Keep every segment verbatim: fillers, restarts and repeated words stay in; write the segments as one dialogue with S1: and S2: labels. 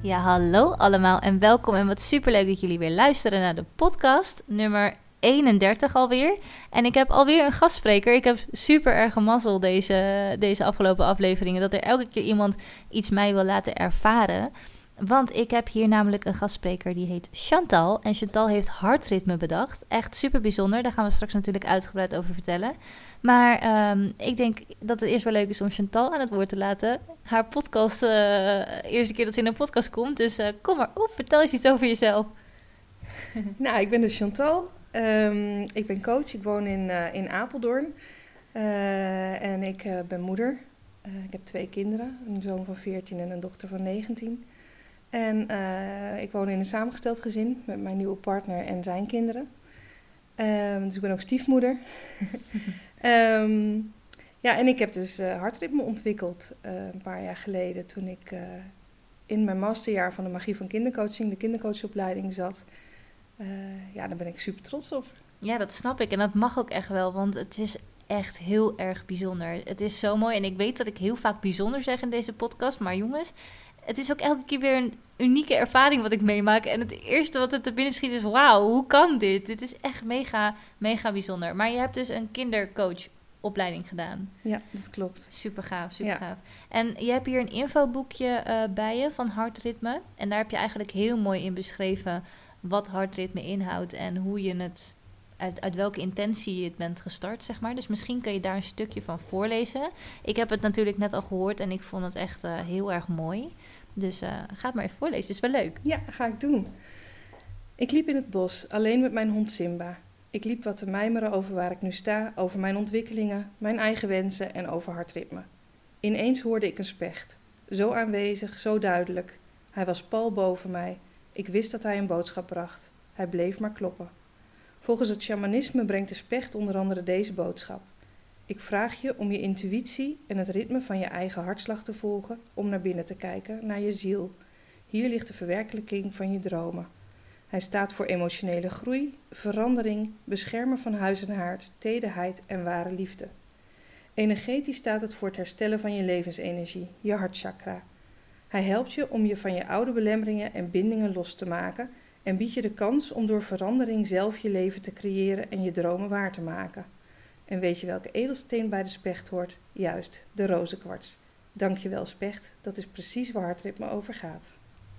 S1: Ja, hallo allemaal en welkom en wat superleuk dat jullie weer luisteren naar de podcast nummer eenendertig alweer. En ik heb alweer een gastspreker. Ik heb super erg mazzel deze, deze afgelopen afleveringen dat er elke keer iemand iets mij wil laten ervaren. Want ik heb hier namelijk een gastspreker die heet Chantal. En Chantal heeft hartritme bedacht. Echt super bijzonder. Daar gaan we straks natuurlijk uitgebreid over vertellen. Maar um, ik denk dat het eerst wel leuk is om Chantal aan het woord te laten. Haar podcast, uh, eerste keer dat ze in een podcast komt. Dus uh, kom maar op, vertel eens iets over jezelf.
S2: Nou, ik ben dus Chantal. Um, ik ben coach. Ik woon in, uh, in Apeldoorn. Uh, en ik uh, ben moeder. Uh, ik heb twee kinderen. Een zoon van veertien en een dochter van negentien. En uh, ik woon in een samengesteld gezin met mijn nieuwe partner en zijn kinderen. Um, dus ik ben ook stiefmoeder. um, ja, en ik heb dus uh, hartritme ontwikkeld uh, een paar jaar geleden toen ik uh, in mijn masterjaar van de magie van kindercoaching, de kindercoachopleiding zat. Uh, ja, daar ben ik super trots op.
S1: Ja, dat snap ik en dat mag ook echt wel, want het is echt heel erg bijzonder. Het is zo mooi en ik weet dat ik heel vaak bijzonder zeg in deze podcast, maar jongens, het is ook elke keer weer een unieke ervaring wat ik meemaak. En het eerste wat er te binnen schiet is, wauw, hoe kan dit? Dit is echt mega, mega bijzonder. Maar je hebt dus een kindercoachopleiding gedaan.
S2: Ja, dat klopt.
S1: Super gaaf, super
S2: ja.
S1: gaaf. En je hebt hier een infoboekje uh, bij je van hartritme. En daar heb je eigenlijk heel mooi in beschreven wat hartritme inhoudt en hoe je het, uit, uit welke intentie je het bent gestart, zeg maar. Dus misschien kun je daar een stukje van voorlezen. Ik heb het natuurlijk net al gehoord en ik vond het echt uh, heel erg mooi. Dus uh, ga het maar even voorlezen, het is wel leuk.
S2: Ja, ga ik doen. Ik liep in het bos, alleen met mijn hond Simba. Ik liep wat te mijmeren over waar ik nu sta, over mijn ontwikkelingen, mijn eigen wensen en over hartritme. Ineens hoorde ik een specht. Zo aanwezig, zo duidelijk. Hij was pal boven mij. Ik wist dat hij een boodschap bracht. Hij bleef maar kloppen. Volgens het shamanisme brengt de specht onder andere deze boodschap. Ik vraag je om je intuïtie en het ritme van je eigen hartslag te volgen, om naar binnen te kijken, naar je ziel. Hier ligt de verwerkelijking van je dromen. Hij staat voor emotionele groei, verandering, beschermen van huis en haard, tederheid en ware liefde. Energetisch staat het voor het herstellen van je levensenergie, je hartchakra. Hij helpt je om je van je oude belemmeringen en bindingen los te maken en biedt je de kans om door verandering zelf je leven te creëren en je dromen waar te maken. En weet je welke edelsteen bij de specht hoort? Juist, de rozenkwarts. Dankjewel specht, dat is precies waar hartritme over gaat.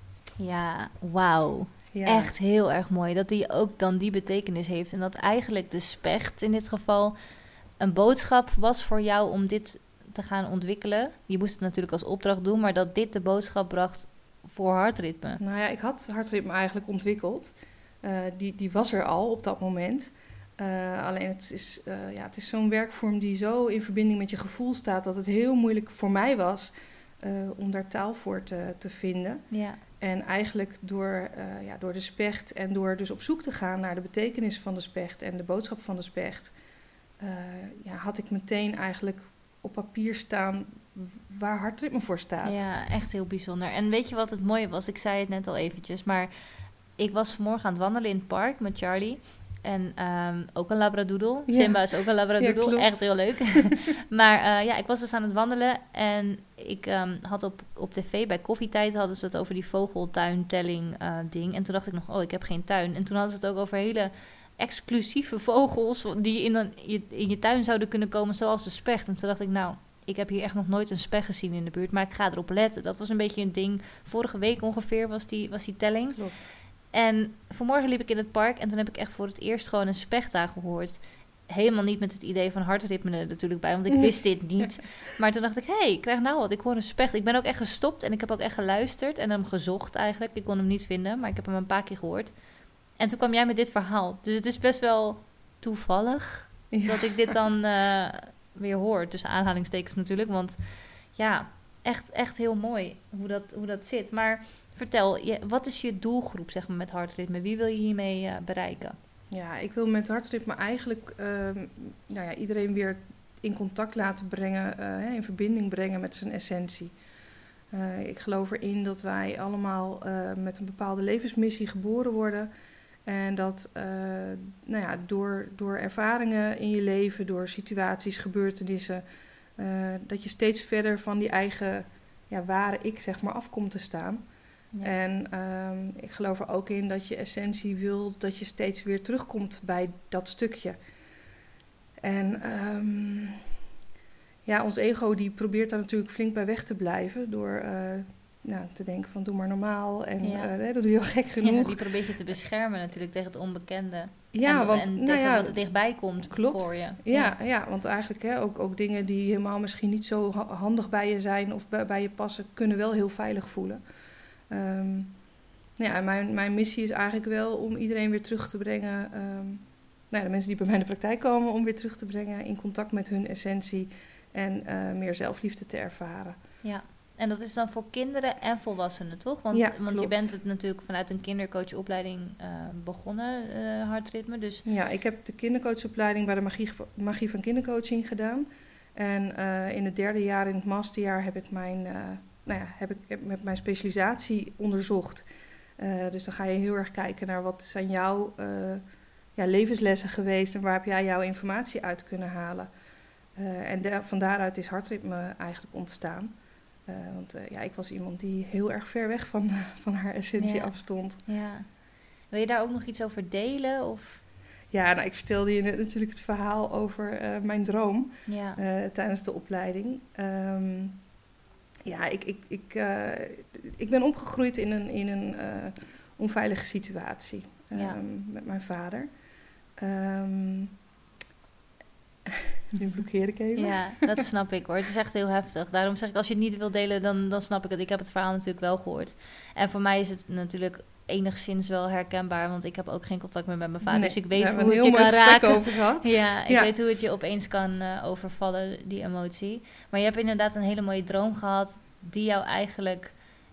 S1: Ja, wauw. Ja. Echt heel erg mooi dat die ook dan die betekenis heeft. En dat eigenlijk de specht in dit geval een boodschap was voor jou om dit te gaan ontwikkelen. Je moest het natuurlijk als opdracht doen, maar dat dit de boodschap bracht voor hartritme.
S2: Nou ja, ik had hartritme eigenlijk ontwikkeld. Uh, die, die was er al op dat moment. Uh, alleen het is, uh, ja, het is zo'n werkvorm die zo in verbinding met je gevoel staat dat het heel moeilijk voor mij was uh, om daar taal voor te, te vinden.
S1: Ja.
S2: En eigenlijk door, uh, ja, door de specht en door dus op zoek te gaan naar de betekenis van de specht en de boodschap van de specht, uh, ja, had ik meteen eigenlijk op papier staan waar hartritme voor staat.
S1: Ja, echt heel bijzonder. En weet je wat het mooie was? Ik zei het net al eventjes, maar ik was vanmorgen aan het wandelen in het park met Charlie. En um, ook een labradoodle. Ja. Simba is ook een labradoodle. Ja, echt heel leuk. Maar uh, ja, ik was dus aan het wandelen. En ik um, had op, op tv bij Koffietijd hadden ze het over die vogeltuintelling uh, ding. En toen dacht ik nog, oh, ik heb geen tuin. En toen hadden ze het ook over hele exclusieve vogels die in, een, in je tuin zouden kunnen komen, zoals de specht. En toen dacht ik, nou, ik heb hier echt nog nooit een specht gezien in de buurt. Maar ik ga erop letten. Dat was een beetje een ding. Vorige week ongeveer was die, was die telling.
S2: Klopt.
S1: En vanmorgen liep ik in het park en toen heb ik echt voor het eerst gewoon een specht daar gehoord. Helemaal niet met het idee van hartritme er natuurlijk bij, want ik wist dit niet. Maar toen dacht ik, hé, hey, ik krijg nou wat, ik hoor een specht. Ik ben ook echt gestopt en ik heb ook echt geluisterd en hem gezocht eigenlijk. Ik kon hem niet vinden, maar ik heb hem een paar keer gehoord. En toen kwam jij met dit verhaal. Dus het is best wel toevallig ja. dat ik dit dan uh, weer hoor. Tussen aanhalingstekens natuurlijk, want ja, echt, echt heel mooi hoe dat, hoe dat zit. Maar vertel, je, wat is je doelgroep zeg maar, met hartritme? Wie wil je hiermee uh, bereiken?
S2: Ja, ik wil met hartritme eigenlijk uh, nou ja, iedereen weer in contact laten brengen, uh, in verbinding brengen met zijn essentie. Uh, ik geloof erin dat wij allemaal uh, met een bepaalde levensmissie geboren worden. En dat uh, nou ja, door, door ervaringen in je leven, door situaties, gebeurtenissen, uh, dat je steeds verder van die eigen ja, ware ik zeg maar af komt te staan. Ja. En um, ik geloof er ook in dat je essentie wil dat je steeds weer terugkomt bij dat stukje. En um, ja, ons ego die probeert daar natuurlijk flink bij weg te blijven door uh, nou, te denken van doe maar normaal en ja. uh, dat doe je wel gek genoeg.
S1: Ja, die probeert je te beschermen natuurlijk tegen het onbekende.
S2: Ja,
S1: en,
S2: want
S1: en
S2: nou
S1: tegen
S2: ja,
S1: wat er dichtbij komt
S2: klopt.
S1: voor je.
S2: Ja, ja. ja want eigenlijk hè, ook, ook dingen die helemaal misschien niet zo handig bij je zijn of bij, bij je passen, kunnen wel heel veilig voelen. Um, ja, mijn, mijn missie is eigenlijk wel om iedereen weer terug te brengen, um, nou ja, de mensen die bij mij in de praktijk komen, om weer terug te brengen in contact met hun essentie en uh, meer zelfliefde te ervaren.
S1: Ja. En dat is dan voor kinderen en volwassenen, toch? Want,
S2: ja,
S1: want je bent het natuurlijk vanuit een kindercoachopleiding uh, begonnen, uh, hartritme. Dus...
S2: Ja, ik heb de kindercoachopleiding bij de magie, magie van kindercoaching gedaan. En uh, in het derde jaar, in het masterjaar, heb ik mijn, uh, nou ja, heb ik heb mijn specialisatie onderzocht. Uh, dus dan ga je heel erg kijken naar wat zijn jouw uh, ja, levenslessen geweest en waar heb jij jouw informatie uit kunnen halen. Uh, en de, van daaruit is hartritme eigenlijk ontstaan. Uh, want uh, ja, ik was iemand die heel erg ver weg van, uh, van haar essentie ja. afstond.
S1: Ja. Wil je daar ook nog iets over delen? Of?
S2: Ja, nou, ik vertelde je net natuurlijk het verhaal over uh, mijn droom
S1: ja.
S2: uh, tijdens de opleiding. Um, ja, ik, ik, ik, uh, ik ben opgegroeid in een, in een uh, onveilige situatie um, ja. met mijn vader. Um, Nu blokkeer ik even.
S1: Ja, dat snap ik hoor. Het is echt heel heftig. Daarom zeg ik, als je het niet wilt delen, dan, dan snap ik het. Ik heb het verhaal natuurlijk wel gehoord. En voor mij is het natuurlijk enigszins wel herkenbaar, want ik heb ook geen contact meer met mijn vader. Nee, dus ik weet hoe het je kan raken.
S2: Over gehad.
S1: Ja, ik
S2: ja.
S1: weet hoe het je opeens kan uh, overvallen, die emotie. Maar je hebt inderdaad een hele mooie droom gehad, die jou eigenlijk...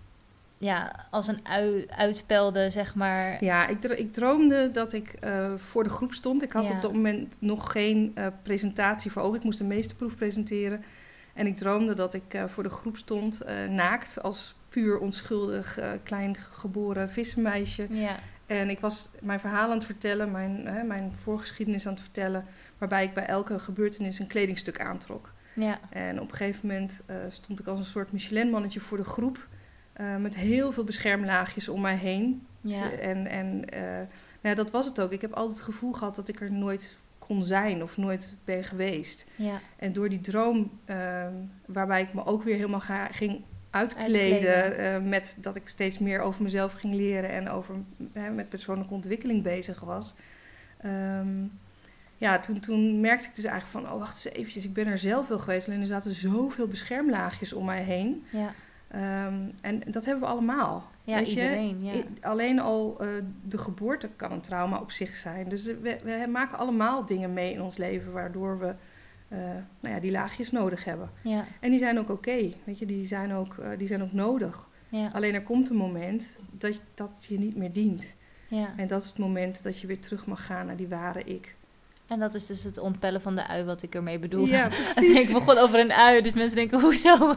S1: ja, als een ui uitspelde, zeg maar.
S2: Ja, ik, ik droomde dat ik uh, voor de groep stond. Ik had ja. op dat moment nog geen uh, presentatie voor ogen. Ik moest een meesterproef presenteren. En ik droomde dat ik uh, voor de groep stond, uh, naakt, als puur onschuldig uh, klein geboren vissenmeisje.
S1: Ja.
S2: En ik was mijn verhaal aan het vertellen, mijn, uh, mijn voorgeschiedenis aan het vertellen, waarbij ik bij elke gebeurtenis een kledingstuk aantrok.
S1: Ja.
S2: En op een gegeven moment uh, stond ik als een soort Michelin-mannetje voor de groep. Uh, met heel veel beschermlaagjes om mij heen.
S1: Ja.
S2: En, en uh, nou ja, dat was het ook. Ik heb altijd het gevoel gehad dat ik er nooit kon zijn of nooit ben geweest.
S1: Ja.
S2: En door die droom, uh, waarbij ik me ook weer helemaal ga, ging uitkleden... uitkleden. Uh, met dat ik steeds meer over mezelf ging leren... en over, uh, met persoonlijke ontwikkeling bezig was... Um, ja, toen, toen merkte ik dus eigenlijk van... oh, wacht eens eventjes, ik ben er zelf wel geweest... alleen er zaten zoveel beschermlaagjes om mij heen...
S1: Ja.
S2: Um, en dat hebben we allemaal.
S1: Ja,
S2: weet
S1: iedereen.
S2: Je?
S1: Ja.
S2: Alleen al uh, de geboorte kan een trauma op zich zijn. Dus we, we maken allemaal dingen mee in ons leven... waardoor we uh, nou ja, die laagjes nodig hebben.
S1: Ja.
S2: En die zijn ook oké. Okay, weet je, die zijn ook, uh, die zijn ook nodig.
S1: Ja.
S2: Alleen er komt een moment dat, dat je niet meer dient.
S1: Ja.
S2: En dat is het moment dat je weer terug mag gaan naar die ware ik.
S1: En dat is dus het ontpellen van de ui wat ik ermee bedoelde.
S2: Ja, precies.
S1: Ik begon over een ui, dus mensen denken, hoezo?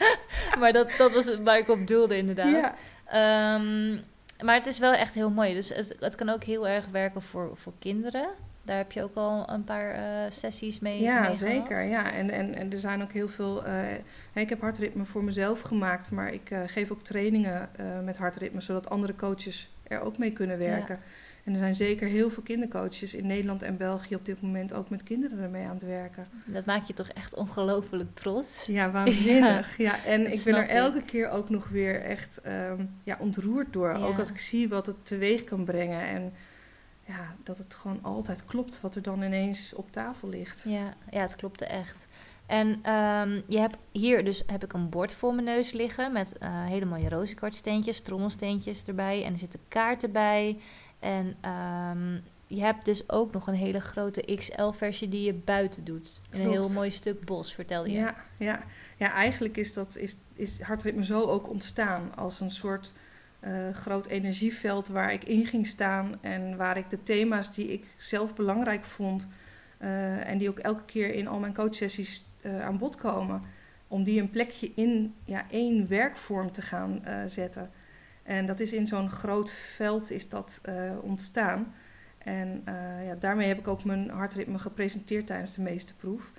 S1: Maar dat, dat was waar ik op doelde inderdaad. Ja. Um, maar het is wel echt heel mooi. Dus het, het kan ook heel erg werken voor, voor kinderen. Daar heb je ook al een paar uh, sessies mee
S2: Ja,
S1: mee
S2: zeker.
S1: gehad.
S2: Ja. En, en, en er zijn ook heel veel... Uh, ik heb hartritme voor mezelf gemaakt... maar ik uh, geef ook trainingen uh, met hartritme... zodat andere coaches er ook mee kunnen werken. Ja. En er zijn zeker heel veel kindercoaches in Nederland en België... op dit moment ook met kinderen ermee aan het werken.
S1: Dat maakt je toch echt ongelooflijk trots?
S2: Ja, waanzinnig. Ja, ja, en ik ben er
S1: ik.
S2: elke keer ook nog weer echt um, ja, ontroerd door. Ja. Ook als ik zie wat het teweeg kan brengen... en ja, dat het gewoon altijd klopt wat er dan ineens op tafel ligt.
S1: Ja, ja het klopte echt. En um, je hebt hier dus heb ik een bord voor mijn neus liggen... met uh, hele mooie rozenkwartsteentjes, trommelsteentjes erbij... en er zitten kaarten bij... En um, je hebt dus ook nog een hele grote X L-versie die je buiten doet. In een heel mooi stuk bos, vertelde je.
S2: Ja, ja. ja eigenlijk is, dat, is, is hartritme zo ook ontstaan als een soort uh, groot energieveld waar ik in ging staan. En waar ik de thema's die ik zelf belangrijk vond uh, en die ook elke keer in al mijn coachsessies uh, aan bod komen. Om die een plekje in ja, één werkvorm te gaan uh, zetten. En dat is in zo'n groot veld is dat uh, ontstaan. En uh, ja, daarmee heb ik ook mijn hartritme gepresenteerd tijdens de meesterproef.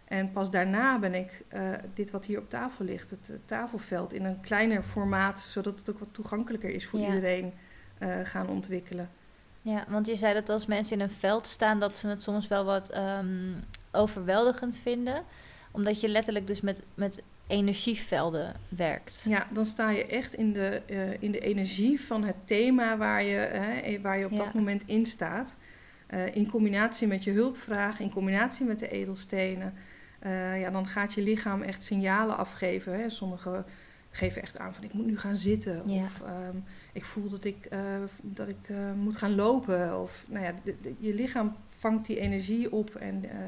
S2: En pas daarna ben ik uh, dit wat hier op tafel ligt, het, het tafelveld, in een kleiner formaat, zodat het ook wat toegankelijker is voor ja. iedereen, uh, gaan ontwikkelen.
S1: Ja, want je zei dat als mensen in een veld staan, dat ze het soms wel wat um, overweldigend vinden. Omdat je letterlijk dus met, met energievelden werkt.
S2: Ja, dan sta je echt in de, uh, in de energie van het thema waar je, uh, waar je op ja. dat moment in staat. Uh, in combinatie met je hulpvraag, in combinatie met de edelstenen. Uh, ja, dan gaat je lichaam echt signalen afgeven. Hè. Sommigen geven echt aan van ik moet nu gaan zitten. Ja. Of um, ik voel dat ik, uh, dat ik uh, moet gaan lopen. Of nou ja, de, de, je lichaam vangt die energie op. En uh,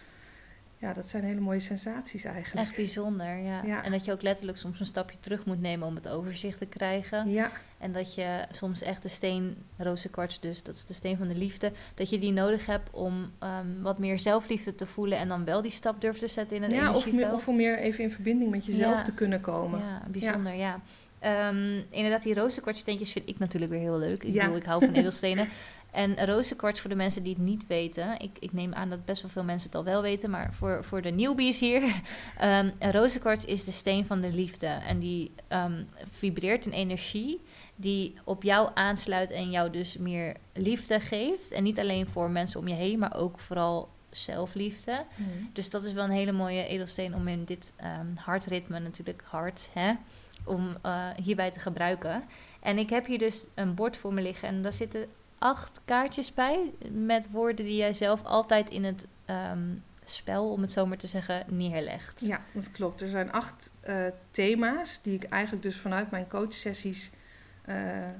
S2: ja, dat zijn hele mooie sensaties eigenlijk.
S1: Echt bijzonder, ja. ja. En dat je ook letterlijk soms een stapje terug moet nemen om het overzicht te krijgen.
S2: Ja.
S1: En dat je soms echt de steen, rozenkwarts dus, dat is de steen van de liefde, dat je die nodig hebt om um, wat meer zelfliefde te voelen en dan wel die stap durft te zetten in het
S2: ja,
S1: energieveld.
S2: Of, meer, of om meer even in verbinding met jezelf ja. te kunnen komen.
S1: Ja, bijzonder, ja. ja. Um, inderdaad, die rozenkwartssteentjes vind ik natuurlijk weer heel leuk. Ik
S2: ja.
S1: bedoel, ik hou van edelstenen. En rozenkwarts, voor de mensen die het niet weten, ik, ik neem aan dat best wel veel mensen het al wel weten, maar voor, voor de newbies hier, um, een rozenkwarts is de steen van de liefde. En die um, vibreert in energie die op jou aansluit en jou dus meer liefde geeft. En niet alleen voor mensen om je heen, maar ook vooral zelfliefde. Mm. Dus dat is wel een hele mooie edelsteen om in dit um, hartritme, natuurlijk hart, hè, om uh, hierbij te gebruiken. En ik heb hier dus een bord voor me liggen en daar zitten acht kaartjes bij met woorden die jij zelf altijd in het um, spel, om het zo maar te zeggen, neerlegt.
S2: Ja, dat klopt. Er zijn acht uh, thema's die ik eigenlijk dus vanuit mijn coachsessies uh,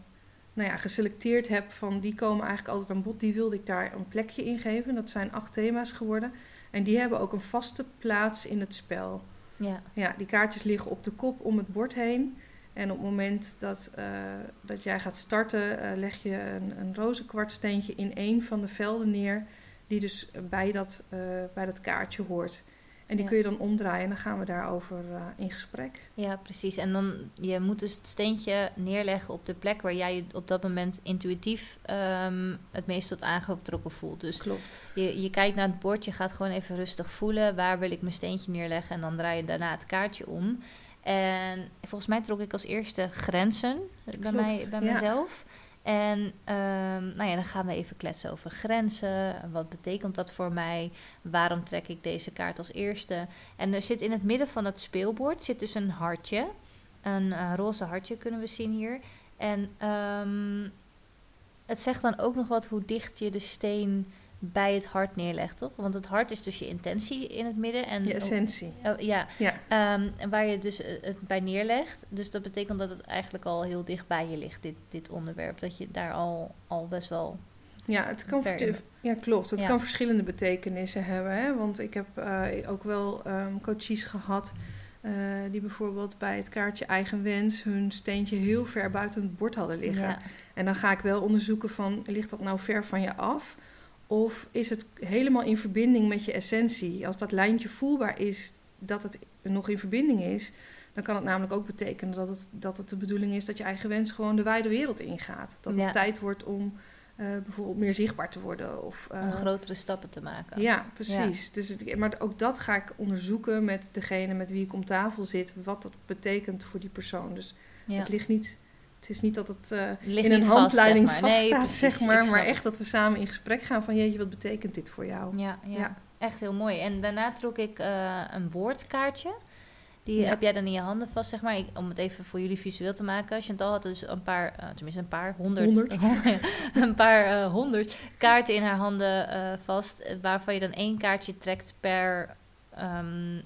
S2: nou ja, geselecteerd heb. Van die komen eigenlijk altijd aan bod. Die wilde ik daar een plekje in geven. Dat zijn acht thema's geworden. En die hebben ook een vaste plaats in het spel.
S1: Ja.
S2: Ja, die kaartjes liggen op de kop om het bord heen. En op het moment dat, uh, dat jij gaat starten, uh, leg je een, een rozenkwartsteentje in één van de velden neer, die dus bij dat, uh, bij dat kaartje hoort. En die ja. kun je dan omdraaien en dan gaan we daarover uh, in gesprek.
S1: Ja, precies. En dan, je moet dus het steentje neerleggen op de plek waar jij je op dat moment intuïtief um, het meest tot aangetrokken voelt. Dus
S2: klopt.
S1: Je, je kijkt naar het bord, je gaat gewoon even rustig voelen, waar wil ik mijn steentje neerleggen en dan draai je daarna het kaartje om. En volgens mij trok ik als eerste grenzen bij, mij, bij ja. mezelf. En um, nou ja, dan gaan we even kletsen over grenzen. Wat betekent dat voor mij? Waarom trek ik deze kaart als eerste? En er zit in het midden van het speelbord zit dus een hartje. Een uh, roze hartje kunnen we zien hier. En um, het zegt dan ook nog wat hoe dicht je de steen bij het hart neerlegt, toch? Want het hart is dus je intentie in het midden. En
S2: je essentie.
S1: Oh, ja,
S2: ja.
S1: Um, en waar je dus het bij neerlegt. Dus dat betekent dat het eigenlijk al heel dicht bij je ligt, dit, dit onderwerp. Dat je daar al, al best wel...
S2: Ja, het kan ver- ja klopt. Het ja. kan verschillende betekenissen hebben. Hè? Want ik heb uh, ook wel um, coaches gehad uh, die bijvoorbeeld bij het kaartje eigen wens hun steentje heel ver buiten het bord hadden liggen. Ja. En dan ga ik wel onderzoeken van, ligt dat nou ver van je af? Of is het helemaal in verbinding met je essentie? Als dat lijntje voelbaar is dat het nog in verbinding is, dan kan het namelijk ook betekenen dat het, dat het de bedoeling is dat je eigen wens gewoon de wijde wereld ingaat. Dat het ja. tijd wordt om uh, bijvoorbeeld meer zichtbaar te worden. Of, uh,
S1: om grotere stappen te maken.
S2: Ja, precies. Ja. Dus het, maar ook dat ga ik onderzoeken met degene met wie ik om tafel zit, wat dat betekent voor die persoon. Dus ja. het ligt niet... Het is niet dat het uh, in een handleiding vast, zeg maar. vast staat, nee, zeg maar. Maar echt dat we samen in gesprek gaan van, jeetje, wat betekent dit voor jou?
S1: Ja, ja. ja. Echt heel mooi. En daarna trok ik uh, een woordkaartje. Die ja. heb jij dan in je handen vast, zeg maar. Ik, om het even voor jullie visueel te maken. Chantal had dus een paar, uh, tenminste een paar, honderd, honderd. een paar uh, honderd kaarten in haar handen uh, vast. Waarvan je dan één kaartje trekt per um,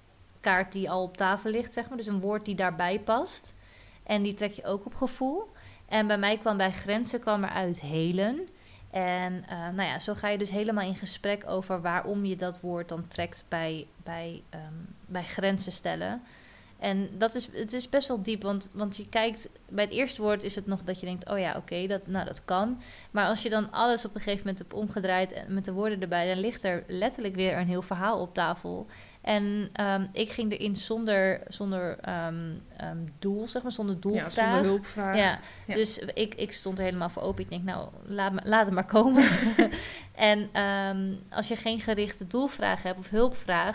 S1: kaart die al op tafel ligt, zeg maar. Dus een woord die daarbij past. En die trek je ook op gevoel. En bij mij kwam bij grenzen kwam er uit helen. En uh, nou ja, zo ga je dus helemaal in gesprek over waarom je dat woord dan trekt bij, bij, um, bij grenzen stellen. En dat is, het is best wel diep, want, want je kijkt, bij het eerste woord is het nog dat je denkt, oh ja, oké, okay, dat, nou, dat kan. Maar als je dan alles op een gegeven moment hebt omgedraaid en met de woorden erbij, dan ligt er letterlijk weer een heel verhaal op tafel. En um, ik ging erin zonder, zonder um, um, doel, zeg maar, zonder doelvraag.
S2: Ja, zonder hulpvraag.
S1: Ja, ja. Dus ik, ik stond er helemaal voor open. Ik denk, nou, laat, me, laat het maar komen. En um, als je geen gerichte doelvraag hebt of hulpvraag,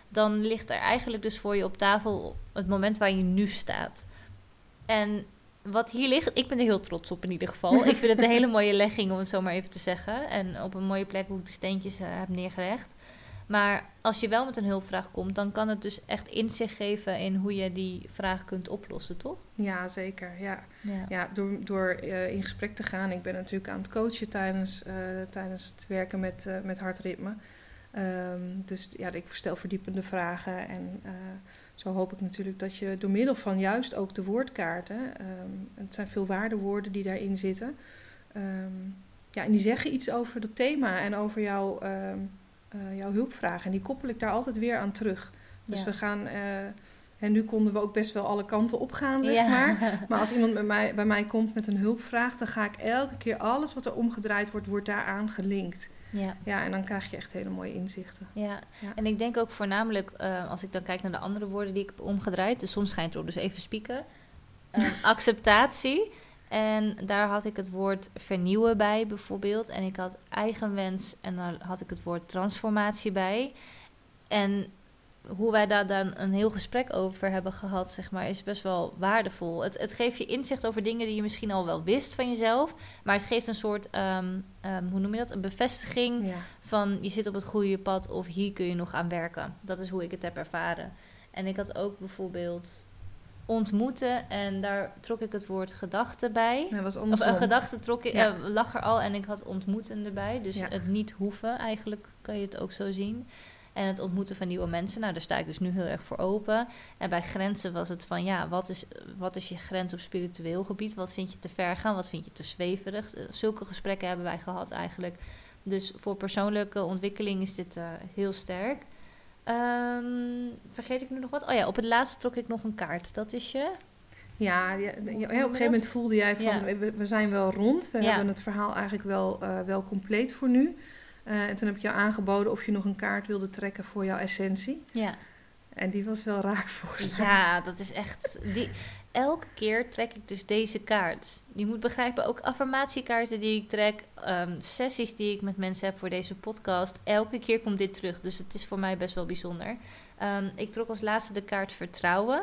S1: dan ligt er eigenlijk dus voor je op tafel het moment waar je nu staat. En wat hier ligt, ik ben er heel trots op in ieder geval. Ik vind het een hele mooie legging, om het zo maar even te zeggen. En op een mooie plek hoe ik de steentjes uh, heb neergelegd. Maar als je wel met een hulpvraag komt, dan kan het dus echt inzicht geven in hoe je die vraag kunt oplossen, toch?
S2: Ja, zeker. Ja.
S1: Ja.
S2: Ja, door door uh, in gesprek te gaan. Ik ben natuurlijk aan het coachen tijdens, uh, tijdens het werken met, uh, met hartritme. Um, dus ja, ik stel verdiepende vragen. En uh, zo hoop ik natuurlijk dat je door middel van juist ook de woordkaarten... Um, het zijn veel waardewoorden die daarin zitten. Um, ja, en die zeggen iets over het thema en over jouw... Um, Uh, jouw hulpvragen. En die koppel ik daar altijd weer aan terug. Dus ja. we gaan... Uh, en nu konden we ook best wel alle kanten opgaan, zeg ja. maar. Maar als iemand bij mij, bij mij komt met een hulpvraag... dan ga ik elke keer alles wat er omgedraaid wordt... wordt daaraan gelinkt.
S1: Ja.
S2: Ja, en dan krijg je echt hele mooie inzichten.
S1: Ja, ja. En ik denk ook voornamelijk... Uh, als ik dan kijk naar de andere woorden die ik heb omgedraaid... de zon schijnt erop, dus even spieken. Uh, acceptatie... En daar had ik het woord vernieuwen bij bijvoorbeeld. En ik had eigenwens en daar had ik het woord transformatie bij. En hoe wij daar dan een heel gesprek over hebben gehad, zeg maar, is best wel waardevol. Het, het geeft je inzicht over dingen die je misschien al wel wist van jezelf. Maar het geeft een soort, um, um, hoe noem je dat? Een bevestiging ja. van je zit op het goede pad of hier kun je nog aan werken. Dat is hoe ik het heb ervaren. En ik had ook bijvoorbeeld... ontmoeten en daar trok ik het woord gedachte bij.
S2: Nee, was
S1: of een gedachte trok ik,
S2: ja.
S1: uh, lag er al en ik had ontmoeten erbij. Dus
S2: ja.
S1: het niet hoeven, eigenlijk kan je het ook zo zien. En het ontmoeten van nieuwe mensen, nou daar sta ik dus nu heel erg voor open. En bij grenzen was het van ja, wat is, wat is je grens op spiritueel gebied? Wat vind je te ver gaan? Wat vind je te zweverig? Uh, zulke gesprekken hebben wij gehad eigenlijk. Dus voor persoonlijke ontwikkeling is dit uh, heel sterk. Um, vergeet ik nu nog wat? Oh ja, op het laatst trok ik nog een kaart. Dat is je?
S2: Ja, ja, ja op een gegeven moment voelde jij van... Ja. We, we zijn wel rond. We ja. hebben het verhaal eigenlijk wel, uh, wel compleet voor nu. Uh, en toen heb ik jou aangeboden of je nog een kaart wilde trekken voor jouw essentie.
S1: Ja.
S2: En die was wel raak volgens mij.
S1: Ja, dat is echt... Die, elke keer trek ik dus deze kaart. Je moet begrijpen, ook affirmatiekaarten die ik trek... Um, sessies die ik met mensen heb voor deze podcast... elke keer komt dit terug. Dus het is voor mij best wel bijzonder. Um, ik trok als laatste de kaart vertrouwen.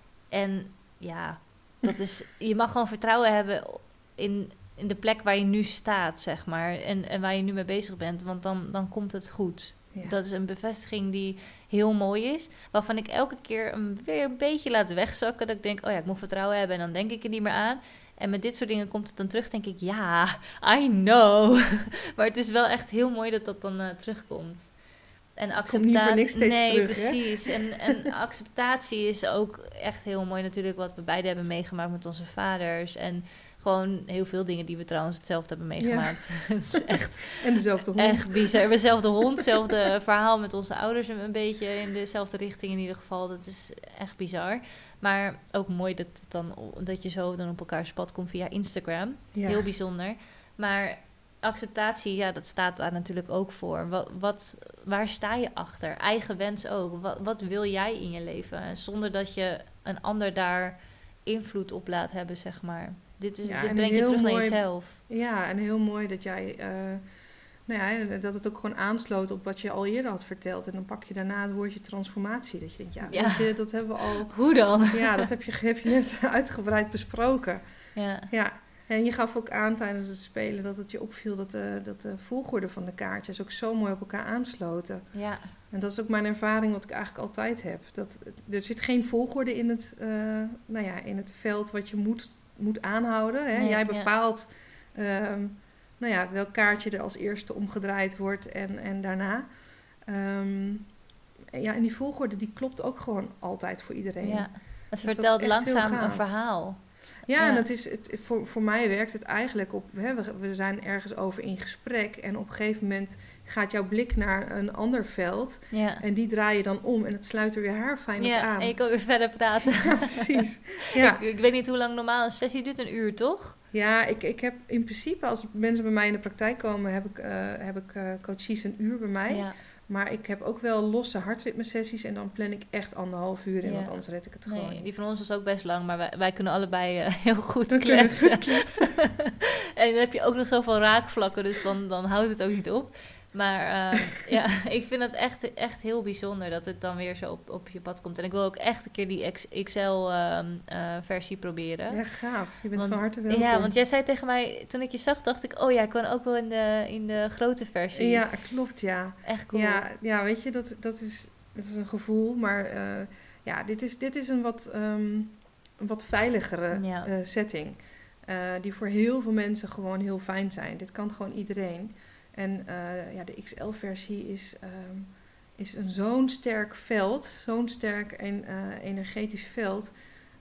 S1: En ja, dat is... je mag gewoon vertrouwen hebben in, in de plek waar je nu staat, zeg maar. En, en waar je nu mee bezig bent. Want dan, dan komt het goed. Ja. Dat is een bevestiging die heel mooi is. Waarvan ik elke keer een, weer een beetje laat wegzakken. Dat ik denk, oh ja, ik moet vertrouwen hebben. En dan denk ik er niet meer aan. En met dit soort dingen komt het dan terug. Denk ik, ja, I know. Maar het is wel echt heel mooi dat dat dan uh, terugkomt. En acceptatie. Nee,
S2: terug,
S1: precies. En, en acceptatie is ook echt heel mooi natuurlijk. Wat we beide hebben meegemaakt met onze vaders. En gewoon heel veel dingen die we trouwens hetzelfde hebben meegemaakt. Ja. Het is echt,
S2: en dezelfde hond.
S1: Echt bizar. We hebben dezelfde hond, hetzelfde verhaal met onze ouders een beetje in dezelfde richting in ieder geval. Dat is echt bizar. Maar ook mooi dat, het dan, dat je zo dan op elkaars pad komt via Instagram. Ja. Heel bijzonder. Maar acceptatie, ja, dat staat daar natuurlijk ook voor. Wat, wat, waar sta je achter? Eigen wens ook. Wat, wat wil jij in je leven? Zonder dat je een ander daar invloed op laat hebben, zeg maar. Dit, is, ja, dit brengt je terug mooi, naar jezelf.
S2: Ja, en heel mooi dat jij... Uh, nou ja, dat het ook gewoon aansloot op wat je al eerder had verteld. En dan pak je daarna het woordje transformatie. Dat je denkt, ja, ja. Dat, je, dat hebben we al...
S1: Hoe dan?
S2: Ja, dat heb je, heb je net uitgebreid besproken.
S1: Ja.
S2: Ja. En je gaf ook aan tijdens het spelen dat het je opviel... dat de, dat de volgorde van de kaartjes ook zo mooi op elkaar aansloten.
S1: Ja.
S2: En dat is ook mijn ervaring wat ik eigenlijk altijd heb. Dat, er zit geen volgorde in het, uh, nou ja, in het veld wat je moet... moet aanhouden. Hè? Nee, Jij bepaalt ja. um, nou ja, welk kaartje er als eerste omgedraaid wordt en, en daarna. Um, ja, en die volgorde die klopt ook gewoon altijd voor iedereen.
S1: Ja. Het dus vertelt langzaam een verhaal.
S2: Ja, ja. En het is, het, voor, voor mij werkt het eigenlijk op... Hè, we, we zijn ergens over in gesprek... en op een gegeven moment gaat jouw blik naar een ander veld...
S1: Ja.
S2: en die draai je dan om en het sluit er weer haar fijn
S1: ja,
S2: op aan.
S1: En je kan weer verder praten.
S2: Ja, precies. Ja.
S1: ik, ik weet niet hoe lang normaal een sessie duurt, een uur, toch?
S2: Ja, ik, ik heb in principe... als mensen bij mij in de praktijk komen... heb ik, uh, heb ik uh, coaches een uur bij mij...
S1: Ja.
S2: Maar ik heb ook wel losse hartritmesessies... en dan plan ik echt anderhalf uur in...
S1: Ja.
S2: want anders red ik het gewoon
S1: nee,
S2: niet.
S1: Die van ons was ook best lang... maar wij, wij kunnen allebei uh, heel goed
S2: We
S1: kletsen.
S2: Goed kletsen.
S1: En dan heb je ook nog zoveel raakvlakken... dus dan, dan houdt het ook niet op. Maar uh, ja, ik vind het echt, echt heel bijzonder dat het dan weer zo op, op je pad komt. En ik wil ook echt een keer die X L-versie uh, uh, proberen.
S2: Ja, gaaf. Je bent
S1: want,
S2: van harte welkom.
S1: Ja, want jij zei tegen mij, toen ik je zag, dacht ik... oh ja, ik kan ook wel in de, in de grote versie.
S2: Ja, klopt, ja.
S1: Echt cool.
S2: Ja, ja weet je, dat, dat, is, dat is een gevoel. Maar uh, ja, dit is, dit is een wat, um, een wat veiligere ja. uh, setting. Uh, die voor heel veel mensen gewoon heel fijn zijn. Dit kan gewoon iedereen. En uh, ja, de X L-versie is, um, is een zo'n sterk veld, zo'n sterk en, uh, energetisch veld.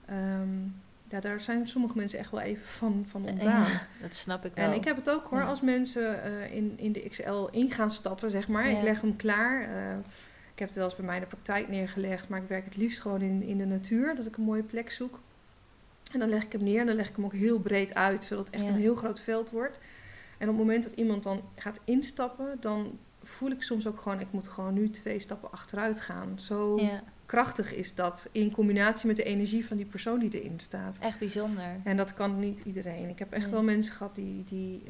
S2: Um, ja, daar zijn sommige mensen echt wel even van, van ontdaan. Ja,
S1: dat snap ik wel.
S2: En ik heb het ook hoor, ja. als mensen uh, in, in de X L in gaan stappen, zeg maar. Ja. Ik leg hem klaar. Uh, ik heb het wel eens bij mij in de praktijk neergelegd, maar ik werk het liefst gewoon in, in de natuur, dat ik een mooie plek zoek. En dan leg ik hem neer en dan leg ik hem ook heel breed uit, zodat het echt ja. een heel groot veld wordt. En op het moment dat iemand dan gaat instappen, dan voel ik soms ook gewoon, ik moet gewoon nu twee stappen achteruit gaan. Zo ja. krachtig is dat in combinatie met de energie van die persoon die erin staat.
S1: Echt bijzonder.
S2: En dat kan niet iedereen. Ik heb echt nee. wel mensen gehad die... die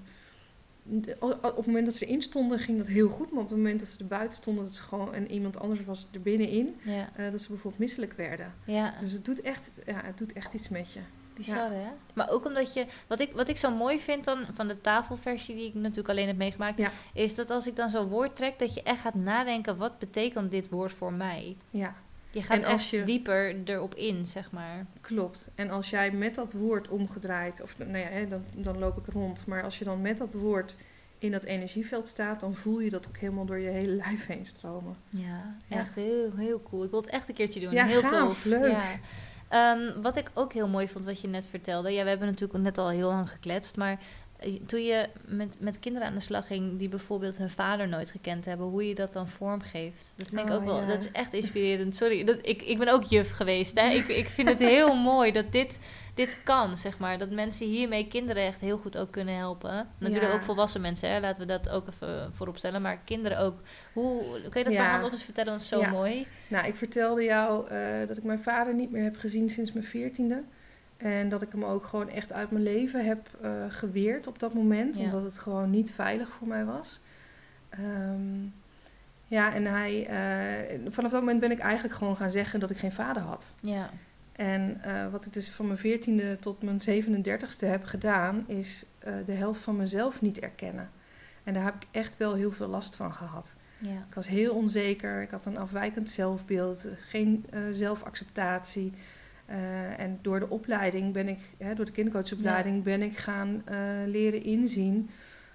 S2: uh, op het moment dat ze erin stonden, ging dat heel goed. Maar op het moment dat ze er buiten stonden, dat ze gewoon, en iemand anders was er binnenin, ja. uh, dat ze bijvoorbeeld misselijk werden. Ja. Dus het doet, echt, ja, het doet echt iets met je.
S1: Bizar, ja. hè? Maar ook omdat je... Wat ik, wat ik zo mooi vind dan van de tafelversie, die ik natuurlijk alleen heb meegemaakt, ja. is dat als ik dan zo'n woord trek, dat je echt gaat nadenken, wat betekent dit woord voor mij?
S2: Ja.
S1: Je gaat echt je, dieper erop in, zeg maar.
S2: Klopt. En als jij met dat woord omgedraaid, of nou ja, hè, dan, dan loop ik rond, maar als je dan met dat woord in dat energieveld staat, dan voel je dat ook helemaal door je hele lijf heen stromen.
S1: Ja, ja. echt heel, heel cool. Ik wil het echt een keertje doen.
S2: Ja,
S1: heel
S2: gaaf,
S1: tof.
S2: leuk.
S1: Ja. Um, wat ik ook heel mooi vond, wat je net vertelde. Ja, we hebben natuurlijk net al heel lang gekletst. Maar toen je met, met kinderen aan de slag ging die bijvoorbeeld hun vader nooit gekend hebben, hoe je dat dan vormgeeft. Dat vind ik oh, ook wel, ja. dat is echt inspirerend. Sorry, dat, ik, ik ben ook juf geweest. Hè? Ik, ik vind het heel mooi dat dit, dit kan, zeg maar. Dat mensen hiermee kinderen echt heel goed ook kunnen helpen. Natuurlijk ja. ook volwassen mensen, hè? Laten we dat ook even voorop stellen. Maar kinderen ook. Hoe, kun je dat ja. verhaal nog eens vertellen? Dat is zo ja. mooi.
S2: Nou, ik vertelde jou uh, dat ik mijn vader niet meer heb gezien sinds mijn veertiende. En dat ik hem ook gewoon echt uit mijn leven heb uh, geweerd op dat moment. Ja. Omdat het gewoon niet veilig voor mij was. Um, ja, en hij... Uh, vanaf dat moment ben ik eigenlijk gewoon gaan zeggen dat ik geen vader had.
S1: Ja.
S2: En uh, wat ik dus van mijn veertiende tot mijn zevenendertigste heb gedaan, is uh, de helft van mezelf niet erkennen. En daar heb ik echt wel heel veel last van gehad. Ja. Ik was heel onzeker. Ik had een afwijkend zelfbeeld. Geen uh, zelfacceptatie. Uh, en door de opleiding ben ik, hè, door de kindercoachopleiding, ja. ben ik gaan uh, leren inzien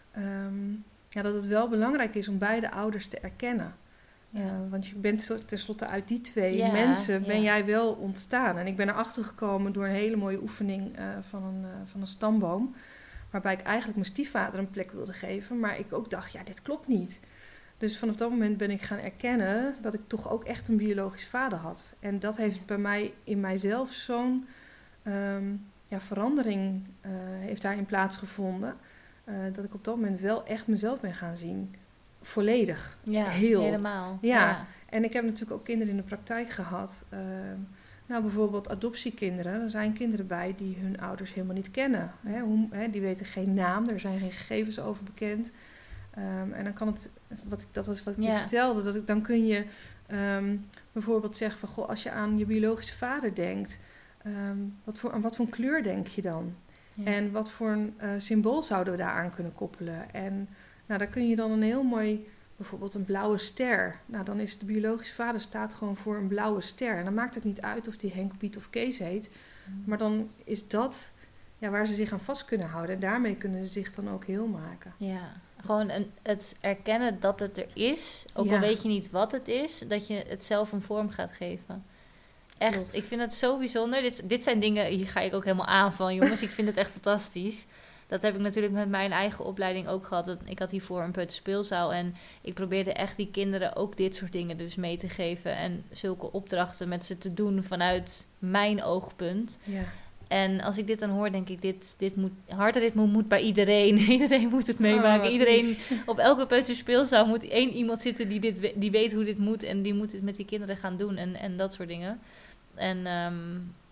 S2: um, ja, dat het wel belangrijk is om beide ouders te erkennen. Ja. Uh, want je bent tenslotte uit die twee ja, mensen ben ja. jij wel ontstaan. En ik ben erachter gekomen door een hele mooie oefening uh, van, een, uh, van een stamboom, waarbij ik eigenlijk mijn stiefvader een plek wilde geven, maar ik ook dacht, ja, dit klopt niet. Dus vanaf dat moment ben ik gaan erkennen dat ik toch ook echt een biologisch vader had. En dat heeft bij mij in mijzelf zo'n um, ja, verandering uh, heeft daarin plaatsgevonden. Uh, dat ik op dat moment wel echt mezelf ben gaan zien. Volledig.
S1: Ja,
S2: heel.
S1: helemaal.
S2: Ja.
S1: ja.
S2: En ik heb natuurlijk ook kinderen in de praktijk gehad. Uh, nou, bijvoorbeeld adoptiekinderen. Er zijn kinderen bij die hun ouders helemaal niet kennen. Hè? Hoe, hè, die weten geen naam, er zijn geen gegevens over bekend. Um, en dan kan het, wat ik, dat was wat ik ja. je vertelde, dat ik, dan kun je um, bijvoorbeeld zeggen van, goh, als je aan je biologische vader denkt, um, wat voor, aan wat voor een kleur denk je dan? Ja. En wat voor een uh, symbool zouden we daaraan kunnen koppelen? En nou, daar kun je dan een heel mooi, bijvoorbeeld een blauwe ster. Nou, dan is de biologische vader staat gewoon voor een blauwe ster. En dan maakt het niet uit of die Henk, Piet of Kees heet, mm. maar dan is dat ja, waar ze zich aan vast kunnen houden. En daarmee kunnen ze zich dan ook heel maken.
S1: Ja. Gewoon een, het erkennen dat het er is. Ook ja. al weet je niet wat het is. Dat je het zelf een vorm gaat geven. Echt, Klopt. Ik vind het zo bijzonder. Dit, dit zijn dingen, hier ga ik ook helemaal aan van, jongens. Ik vind het echt fantastisch. Dat heb ik natuurlijk met mijn eigen opleiding ook gehad. Ik had hiervoor een peuterspeelzaal. En ik probeerde echt die kinderen ook dit soort dingen dus mee te geven. En zulke opdrachten met ze te doen vanuit mijn oogpunt.
S2: Ja.
S1: En als ik dit dan hoor, denk ik, dit, dit moet, hartritme moet bij iedereen. Iedereen moet het meemaken. Oh, iedereen, op elke peuterspeelzaal moet één iemand zitten die, dit, die weet hoe dit moet. En die moet het met die kinderen gaan doen en, en dat soort dingen. En um,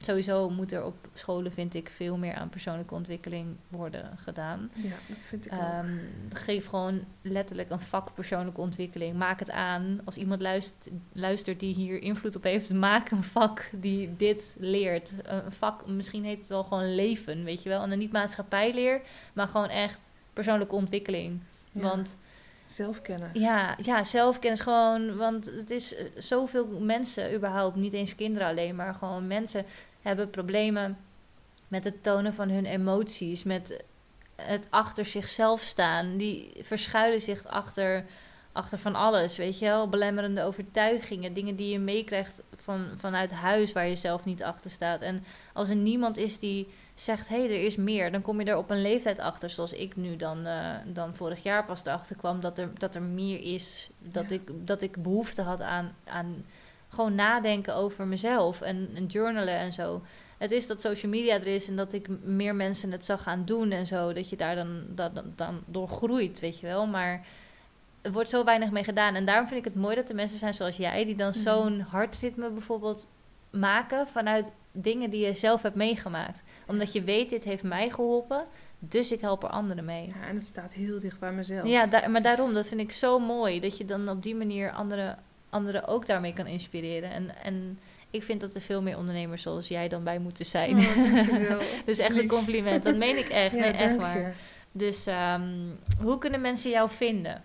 S1: sowieso moet er op scholen, vind ik, veel meer aan persoonlijke ontwikkeling worden gedaan.
S2: Ja, dat vind ik ook.
S1: Um, geef gewoon letterlijk een vak persoonlijke ontwikkeling. Maak het aan. Als iemand luistert, luistert die hier invloed op heeft, maak een vak die dit leert. Een vak, misschien heet het wel gewoon leven, weet je wel. En dan niet maatschappijleer, maar gewoon echt persoonlijke ontwikkeling.
S2: Ja.
S1: Want
S2: zelfkennis.
S1: Ja, ja, zelfkennis gewoon. Want het is zoveel mensen überhaupt, niet eens kinderen alleen, maar gewoon mensen hebben problemen met het tonen van hun emoties, met het achter zichzelf staan. Die verschuilen zich achter, achter van alles, weet je wel. Belemmerende overtuigingen, dingen die je meekrijgt van, vanuit huis waar je zelf niet achter staat. En als er niemand is die zegt, hé, hey, er is meer, dan kom je er op een leeftijd achter, zoals ik nu dan, uh, dan vorig jaar pas erachter kwam, dat er, dat er meer is. Dat, ja. ik, dat ik behoefte had aan, aan gewoon nadenken over mezelf en, en journalen en zo. Het is dat social media er is en dat ik meer mensen het zag gaan doen en zo, dat je daar dan, dat, dan, dan door groeit, weet je wel. Maar er wordt zo weinig mee gedaan. En daarom vind ik het mooi dat er mensen zijn zoals jij, die dan mm. zo'n hartritme bijvoorbeeld maken vanuit dingen die je zelf hebt meegemaakt. Omdat je weet, dit heeft mij geholpen, dus ik help er anderen mee.
S2: Ja, en het staat heel dicht bij mezelf.
S1: Ja, da- maar daarom, dat vind ik zo mooi, dat je dan op die manier anderen, anderen ook daarmee kan inspireren. En, en ik vind dat er veel meer ondernemers zoals jij dan bij moeten zijn.
S2: Oh, dankjewel.
S1: Dus echt een compliment, dat meen ik echt.
S2: Ja,
S1: nee, echt waar.
S2: je.
S1: Dus um, hoe kunnen mensen jou vinden?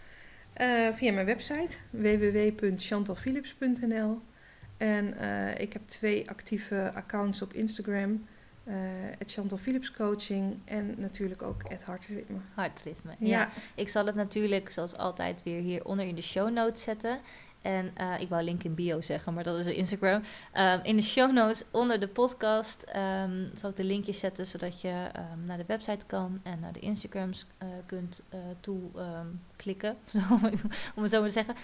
S2: Uh, via mijn website, w w w punt chantal philips punt n l. En uh, ik heb twee actieve accounts op Instagram. Uh, at Chantal Philips Coaching en natuurlijk ook at Hartritme.
S1: Hartritme, ja.
S2: ja.
S1: Ik zal het natuurlijk zoals altijd weer hieronder in de show notes zetten. En uh, ik wou link in bio zeggen, maar dat is Instagram. Uh, in de show notes onder de podcast um, zal ik de linkjes zetten, zodat je um, naar de website kan en naar de Instagrams uh, kunt uh, toe um, klikken, om het zo maar te zeggen.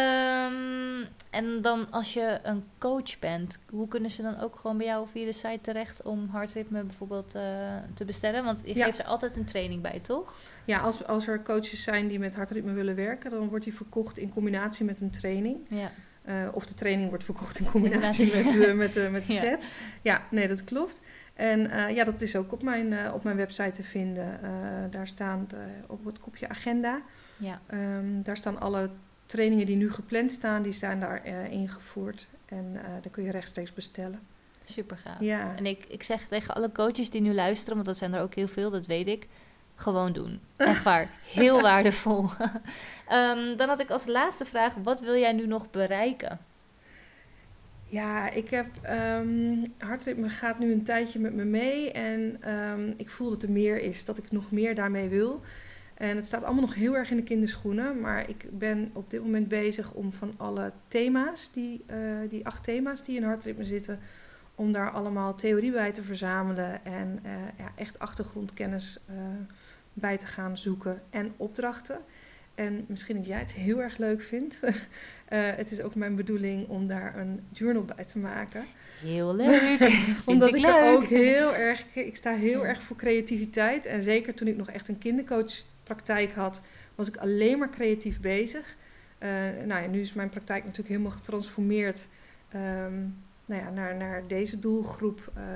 S1: Um, en dan als je een coach bent, hoe kunnen ze dan ook gewoon bij jou via de site terecht om hartritme bijvoorbeeld uh, te bestellen? Want je
S2: ja.
S1: geeft er altijd een training bij, toch?
S2: Ja, als, als er coaches zijn die met hartritme willen werken, dan wordt die verkocht in combinatie met een training.
S1: Ja.
S2: Uh, of de training wordt verkocht in combinatie met, uh, met, uh, met de
S1: ja.
S2: set. Ja, nee, dat klopt. En uh, ja, dat is ook op mijn, uh, op mijn website te vinden. Uh, daar staan de, op het kopje agenda.
S1: Ja.
S2: Um, daar staan alle trainingen die nu gepland staan, die zijn daar uh, ingevoerd. En uh, dan kun je rechtstreeks bestellen.
S1: Super gaaf.
S2: Ja.
S1: En ik, ik zeg tegen alle coaches die nu luisteren, want dat zijn er ook heel veel, dat weet ik. Gewoon doen. Echt waar. Heel waardevol. um, dan had ik als laatste vraag, wat wil jij nu nog bereiken?
S2: Ja, ik heb... Um, hartritme gaat nu een tijdje met me mee. En um, ik voel dat er meer is. Dat ik nog meer daarmee wil. En het staat allemaal nog heel erg in de kinderschoenen. Maar ik ben op dit moment bezig om van alle thema's, die, uh, die acht thema's die in hartritme zitten, om daar allemaal theorie bij te verzamelen. En uh, ja, echt achtergrondkennis uh, bij te gaan zoeken. En opdrachten. En misschien dat jij het heel erg leuk vindt. uh, het is ook mijn bedoeling om daar een journal bij te maken.
S1: Heel leuk.
S2: Omdat
S1: ik,
S2: ik
S1: leuk.
S2: er ook heel erg... Ik sta heel ja. erg voor creativiteit. En zeker toen ik nog echt een kindercoachpraktijk had, was ik alleen maar creatief bezig. Uh, nou ja, nu is mijn praktijk natuurlijk helemaal getransformeerd um, nou ja, naar, naar deze doelgroep. Uh,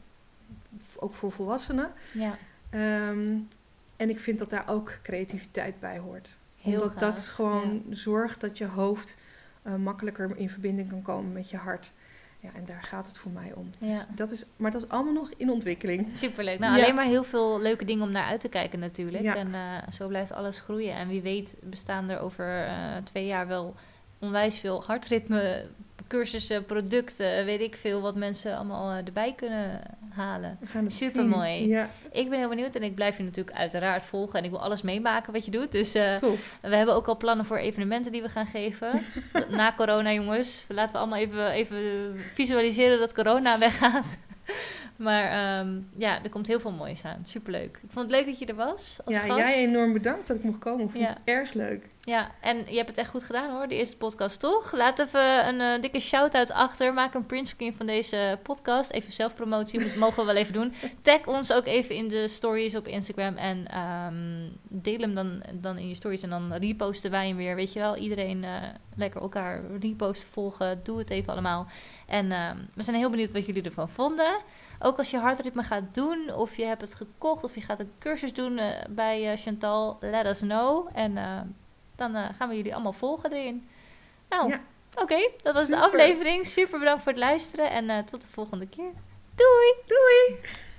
S2: ook voor volwassenen.
S1: Ja.
S2: Um, en ik vind dat daar ook creativiteit bij hoort.
S1: Heel
S2: Omdat
S1: gaaf.
S2: dat gewoon ja. zorgt dat je hoofd uh, makkelijker in verbinding kan komen met je hart. Ja, en daar gaat het voor mij om. Dus
S1: ja.
S2: dat is, maar dat is allemaal nog in ontwikkeling.
S1: Superleuk. Nou, ja. alleen maar heel veel leuke dingen om naar uit te kijken natuurlijk.
S2: Ja.
S1: En uh, zo blijft alles groeien. En wie weet bestaan er over uh, twee jaar wel onwijs veel hartritme cursussen, producten, weet ik veel, wat mensen allemaal uh, erbij kunnen halen.
S2: We gaan het
S1: Supermooi.
S2: Ja.
S1: Ik ben heel benieuwd en ik blijf je natuurlijk uiteraard volgen en ik wil alles meemaken wat je doet. Dus uh,
S2: Tof.
S1: We hebben ook al plannen voor evenementen die we gaan geven. Na corona, jongens. Laten we allemaal even, even visualiseren dat corona weggaat. Maar um, ja, er komt heel veel moois aan. Superleuk. Ik vond het leuk dat je er was als
S2: ja,
S1: gast.
S2: jij enorm bedankt dat ik mocht komen. Ik vond
S1: ja.
S2: het erg leuk.
S1: Ja, en je hebt het echt goed gedaan hoor, de eerste podcast toch? Laat even een uh, dikke shout-out achter. Maak een printscreen van deze podcast. Even zelfpromotie, moet, mogen we wel even doen. Tag ons ook even in de stories op Instagram. En um, deel hem dan, dan in je stories. En dan reposten wij hem weer. Weet je wel, iedereen uh, lekker elkaar reposten, volgen. Doe het even allemaal. En uh, we zijn heel benieuwd wat jullie ervan vonden. Ook als je hartritme gaat doen, of je hebt het gekocht, of je gaat een cursus doen uh, bij uh, Chantal, let us know. En uh, dan uh, gaan we jullie allemaal volgen erin. Nou, ja. Oké, okay, dat was Super. de aflevering. Super bedankt voor het luisteren en uh, tot de volgende keer. Doei!
S2: Doei!